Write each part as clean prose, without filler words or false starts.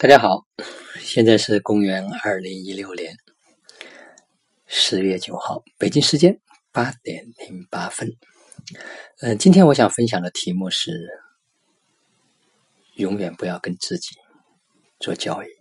大家好，现在是公元2016年10月9号，北京时间8点08分。今天我想分享的题目是永远不要跟自己做交易。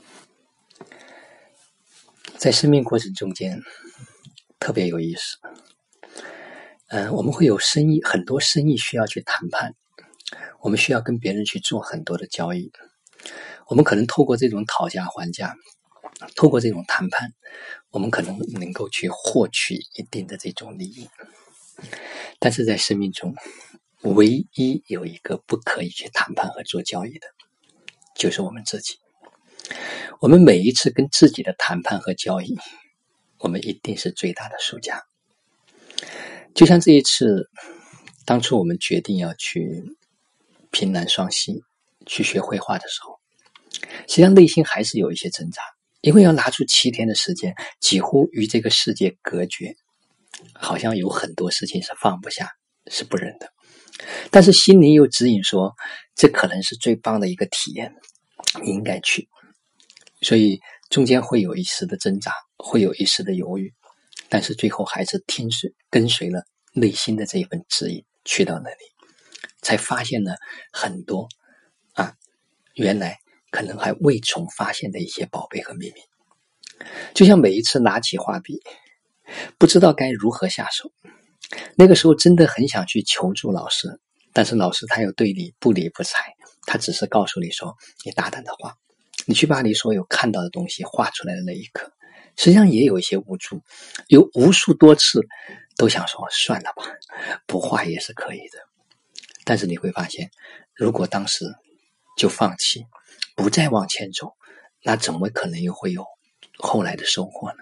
在生命过程中间特别有意思。我们会有很多生意需要去谈判，我们需要跟别人去做很多的交易。我们可能透过这种讨价还价，透过这种谈判，我们可能能够去获取一定的这种利益。但是在生命中，唯一有一个不可以去谈判和做交易的，就是我们自己。我们每一次跟自己的谈判和交易，我们一定是最大的输家。就像这一次，当初我们决定要去平南双溪去学绘画的时候，实际上内心还是有一些挣扎，因为要拿出7天的时间，几乎与这个世界隔绝，好像有很多事情是放不下，是不忍的。但是心里又指引说，这可能是最棒的一个体验，你应该去。所以中间会有一时的挣扎，会有一时的犹豫，但是最后还是跟随了内心的这一份指引，去到那里，才发现了很多原来可能还未曾发现的一些宝贝和秘密。就像每一次拿起画笔，不知道该如何下手，那个时候真的很想去求助老师，但是老师他又对你不理不睬，他只是告诉你说，你大胆的画，你去把你所有看到的东西画出来的那一刻，实际上也有一些无助，有无数多次都想说算了吧，不画也是可以的。但是你会发现，如果当时就放弃，不再往前走，那怎么可能又会有后来的收获呢？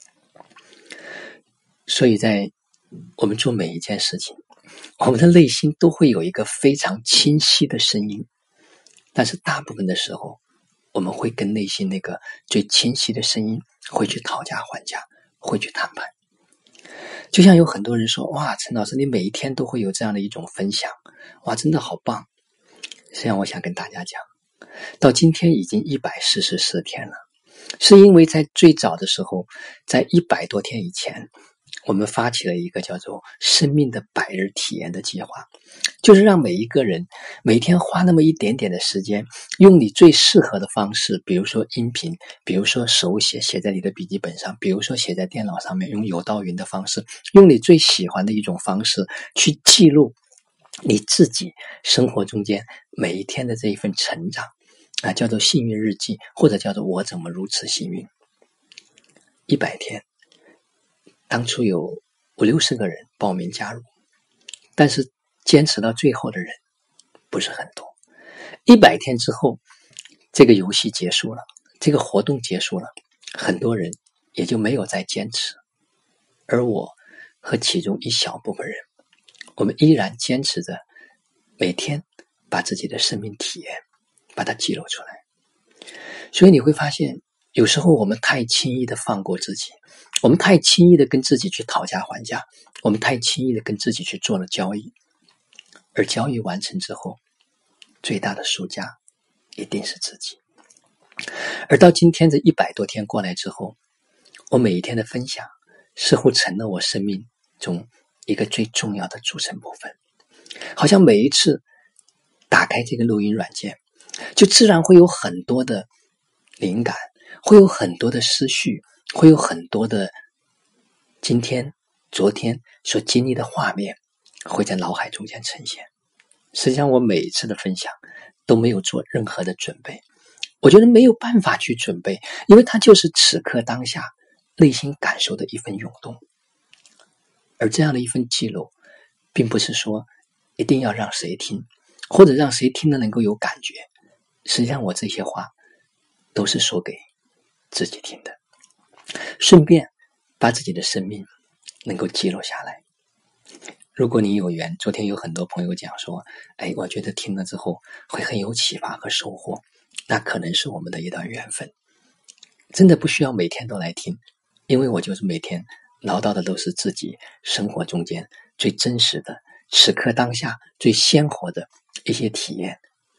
所以在我们做每一件事情，我们的内心都会有一个非常清晰的声音，但是大部分的时候，我们会跟内心那个最清晰的声音会去讨价还价，会去谈判。就像有很多人说，哇，陈老师你每一天都会有这样的一种分享，哇，真的好棒。实际上我想跟大家讲，到今天已经144天了，是因为在最早的时候，在100多天以前，我们发起了一个叫做生命的100日体验的计划，就是让每一个人每天花那么一点点的时间，用你最适合的方式，比如说音频，比如说手写在你的笔记本上，比如说写在电脑上面，用有道云的方式，用你最喜欢的一种方式去记录你自己生活中间每一天的这一份成长，叫做幸运日记，或者叫做我怎么如此幸运。100天，当初有50-60个人报名加入，但是坚持到最后的人不是很多。100天之后，这个游戏结束了，这个活动结束了，很多人也就没有再坚持，而我和其中一小部分人，我们依然坚持着每天把自己的生命体验把它记录出来。所以你会发现，有时候我们太轻易的放过自己，我们太轻易的跟自己去讨价还价，我们太轻易的跟自己去做了交易，而交易完成之后，最大的输家一定是自己。而到今天这100多天过来之后，我每一天的分享似乎成了我生命中一个最重要的组成部分，好像每一次打开这个录音软件，就自然会有很多的灵感，会有很多的思绪，会有很多的今天昨天所经历的画面会在脑海中间呈现。实际上我每一次的分享都没有做任何的准备，我觉得没有办法去准备，因为它就是此刻当下内心感受的一份涌动。而这样的一份记录，并不是说一定要让谁听，或者让谁听了能够有感觉。实际上我这些话都是说给自己听的，顺便把自己的生命能够记录下来。如果你有缘，昨天有很多朋友讲说，我觉得听了之后会很有启发和收获，那可能是我们的一段缘分。真的不需要每天都来听，因为我就是每天唠叨的都是自己生活中间最真实的，此刻当下最鲜活的一些体验，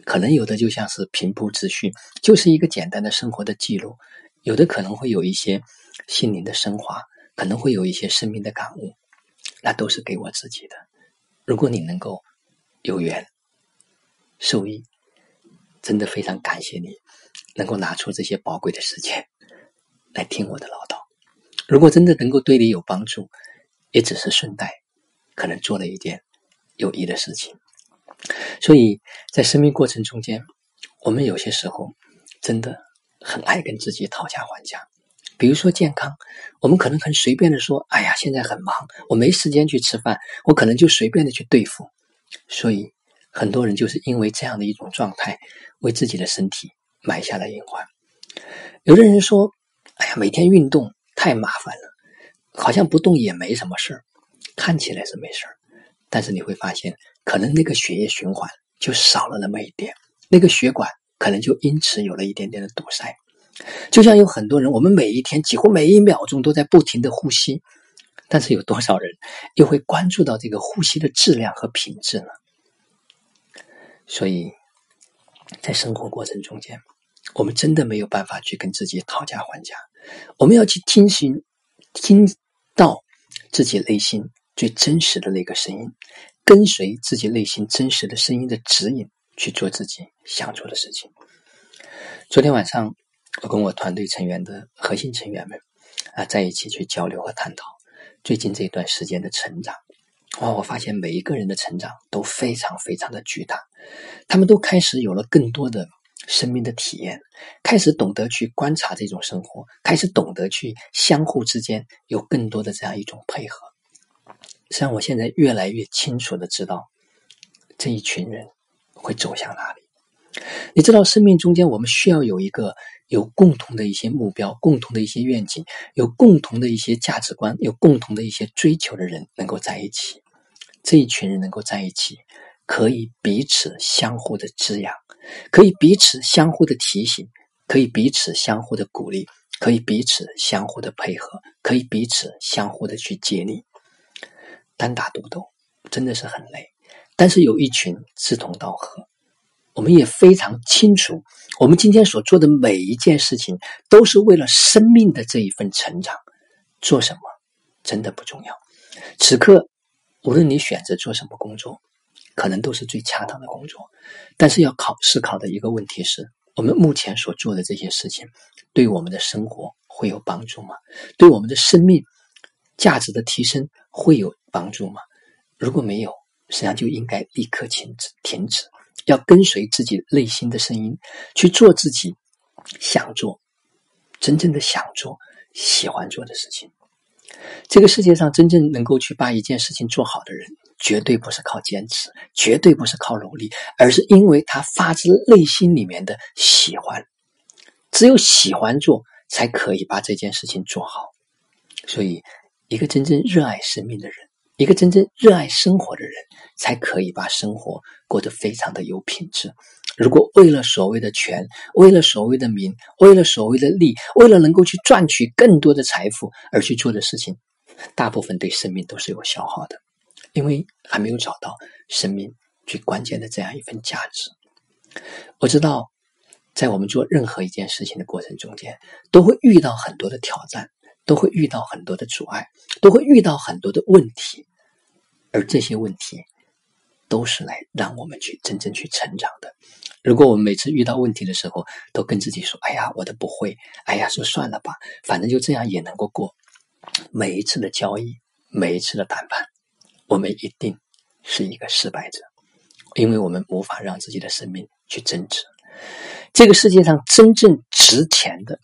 可能有的就像是平铺直叙，就是一个简单的生活的记录，有的可能会有一些心灵的升华，可能会有一些生命的感悟，那都是给我自己的。如果你能够有缘受益，真的非常感谢你能够拿出这些宝贵的时间来听我的唠叨。如果真的能够对你有帮助，也只是顺带可能做了一件有益的事情。所以在生命过程中间，我们有些时候真的很爱跟自己讨价还价。比如说健康，我们可能很随便的说，哎呀，现在很忙，我没时间去吃饭，我可能就随便的去对付。所以很多人就是因为这样的一种状态，为自己的身体埋下了隐患。有的人说，哎呀，每天运动太麻烦了，好像不动也没什么事儿，看起来是没事儿，但是你会发现，可能那个血液循环就少了那么一点，那个血管可能就因此有了一点点的堵塞。就像有很多人，我们每一天几乎每一秒钟都在不停的呼吸，但是有多少人又会关注到这个呼吸的质量和品质呢？所以在生活过程中间，我们真的没有办法去跟自己讨价还价，我们要去听到自己内心最真实的那个声音，跟随自己内心真实的声音的指引，去做自己想做的事情。昨天晚上我跟我团队成员的核心成员们在一起去交流和探讨最近这段时间的成长。我发现每一个人的成长都非常非常的巨大，他们都开始有了更多的生命的体验，开始懂得去观察这种生活，开始懂得去相互之间有更多的这样一种配合。实际上我现在越来越清楚的知道这一群人会走向哪里。你知道生命中间我们需要有一个有共同的一些目标，共同的一些愿景，有共同的一些价值观，有共同的一些追求的人能够在一起。这一群人能够在一起，可以彼此相互的滋养，可以彼此相互的提醒，可以彼此相互的鼓励，可以彼此相互的配合，可以彼此相互的去接力。单打独斗真的是很累，但是有一群志同道合，我们也非常清楚，我们今天所做的每一件事情都是为了生命的这一份成长。做什么真的不重要，此刻无论你选择做什么工作，可能都是最恰当的工作，但是要思考的一个问题是，我们目前所做的这些事情对我们的生活会有帮助吗？对我们的生命价值的提升会有帮助吗？如果没有，实际上就应该立刻停止，要跟随自己内心的声音，去做自己想做、真正的想做、喜欢做的事情。这个世界上真正能够去把一件事情做好的人，绝对不是靠坚持，绝对不是靠努力，而是因为他发自内心里面的喜欢。只有喜欢做，才可以把这件事情做好。所以一个真正热爱生命的人，一个真正热爱生活的人，才可以把生活过得非常的有品质。如果为了所谓的权，为了所谓的名，为了所谓的利，为了能够去赚取更多的财富而去做的事情，大部分对生命都是有消耗的，因为还没有找到生命最关键的这样一份价值。我知道在我们做任何一件事情的过程中间，都会遇到很多的挑战，都会遇到很多的阻碍，都会遇到很多的问题，而这些问题都是来让我们去真正去成长的。如果我们每次遇到问题的时候都跟自己说，哎呀我的不会，哎呀说算了吧，反正就这样也能够过，每一次的交易，每一次的谈判，我们一定是一个失败者，因为我们无法让自己的生命去增值。这个世界上真正值钱的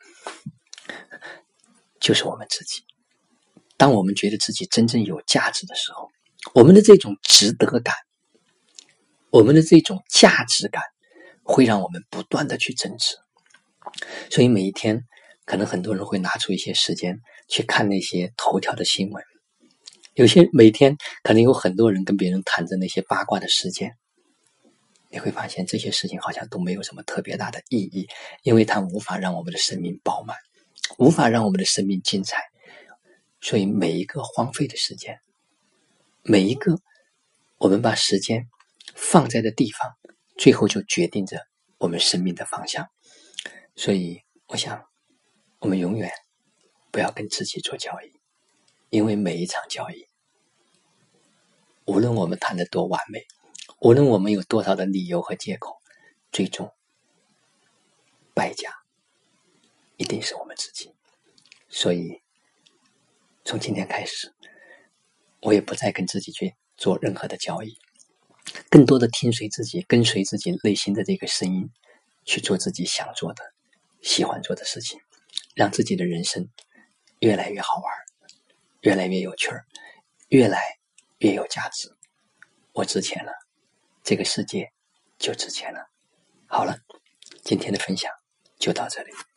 就是我们自己。当我们觉得自己真正有价值的时候，我们的这种值得感，我们的这种价值感，会让我们不断的去增值。所以每一天可能很多人会拿出一些时间去看那些头条的新闻，有些每天可能有很多人跟别人谈着那些八卦的事件，你会发现这些事情好像都没有什么特别大的意义，因为它无法让我们的生命饱满，无法让我们的生命精彩。所以每一个荒废的时间，每一个我们把时间放在的地方， 最后就决定着我们生命的方向。所以我想我们永远不要跟自己做交易，因为每一场交易，无论我们谈得多完美，无论我们有多少的理由和借口，最终败家一定是我们自己。所以从今天开始，我也不再跟自己去做任何的交易，更多的听随自己，跟随自己内心的这个声音，去做自己想做的喜欢做的事情，让自己的人生越来越好玩，越来越有趣，越来越有价值。我值钱了，这个世界就值钱了。好了，今天的分享就到这里。